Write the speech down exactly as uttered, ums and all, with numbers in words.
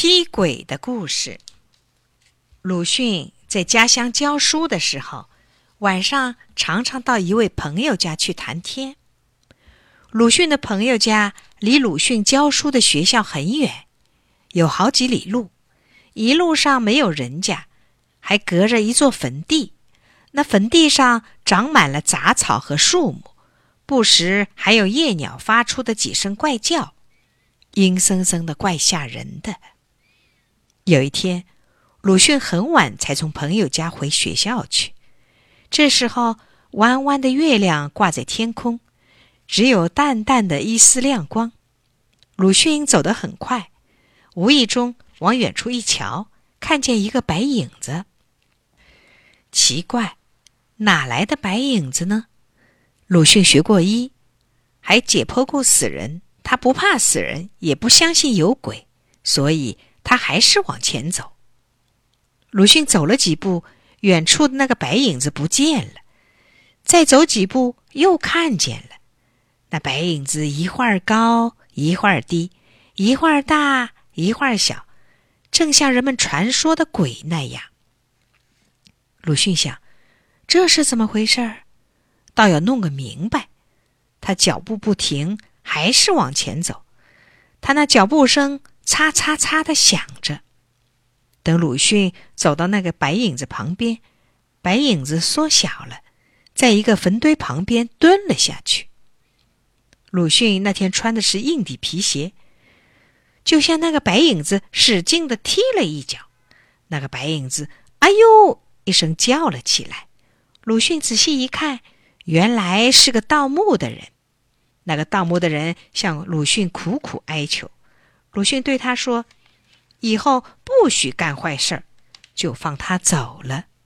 七鬼的故事。鲁迅在家乡教书的时候，晚上常常到一位朋友家去谈天。鲁迅的朋友家离鲁迅教书的学校很远，有好几里路，一路上没有人家，还隔着一座坟地。那坟地上长满了杂草和树木，不时还有夜鸟发出的几声怪叫，阴森森的，怪吓人的。有一天，鲁迅很晚才从朋友家回学校去。这时候，弯弯的月亮挂在天空，只有淡淡的一丝亮光。鲁迅走得很快，无意中往远处一瞧，看见一个白影子。奇怪，哪来的白影子呢？鲁迅学过医，还解剖过死人，他不怕死人，也不相信有鬼，所以他还是往前走。鲁迅走了几步，远处的那个白影子不见了，再走几步又看见了。那白影子一会儿高，一会儿低，一会儿大，一会儿小，正像人们传说的鬼那样。鲁迅想，这是怎么回事？倒要弄个明白。他脚步不停，还是往前走。他那脚步声擦擦擦地响着。等鲁迅走到那个白影子旁边，白影子缩小了，在一个坟堆旁边蹲了下去。鲁迅那天穿的是硬底皮鞋，就像那个白影子使劲地踢了一脚，那个白影子哎呦一声叫了起来。鲁迅仔细一看，原来是个盗墓的人。那个盗墓的人向鲁迅苦苦哀求，鲁迅对他说，以后不许干坏事，就放他走了。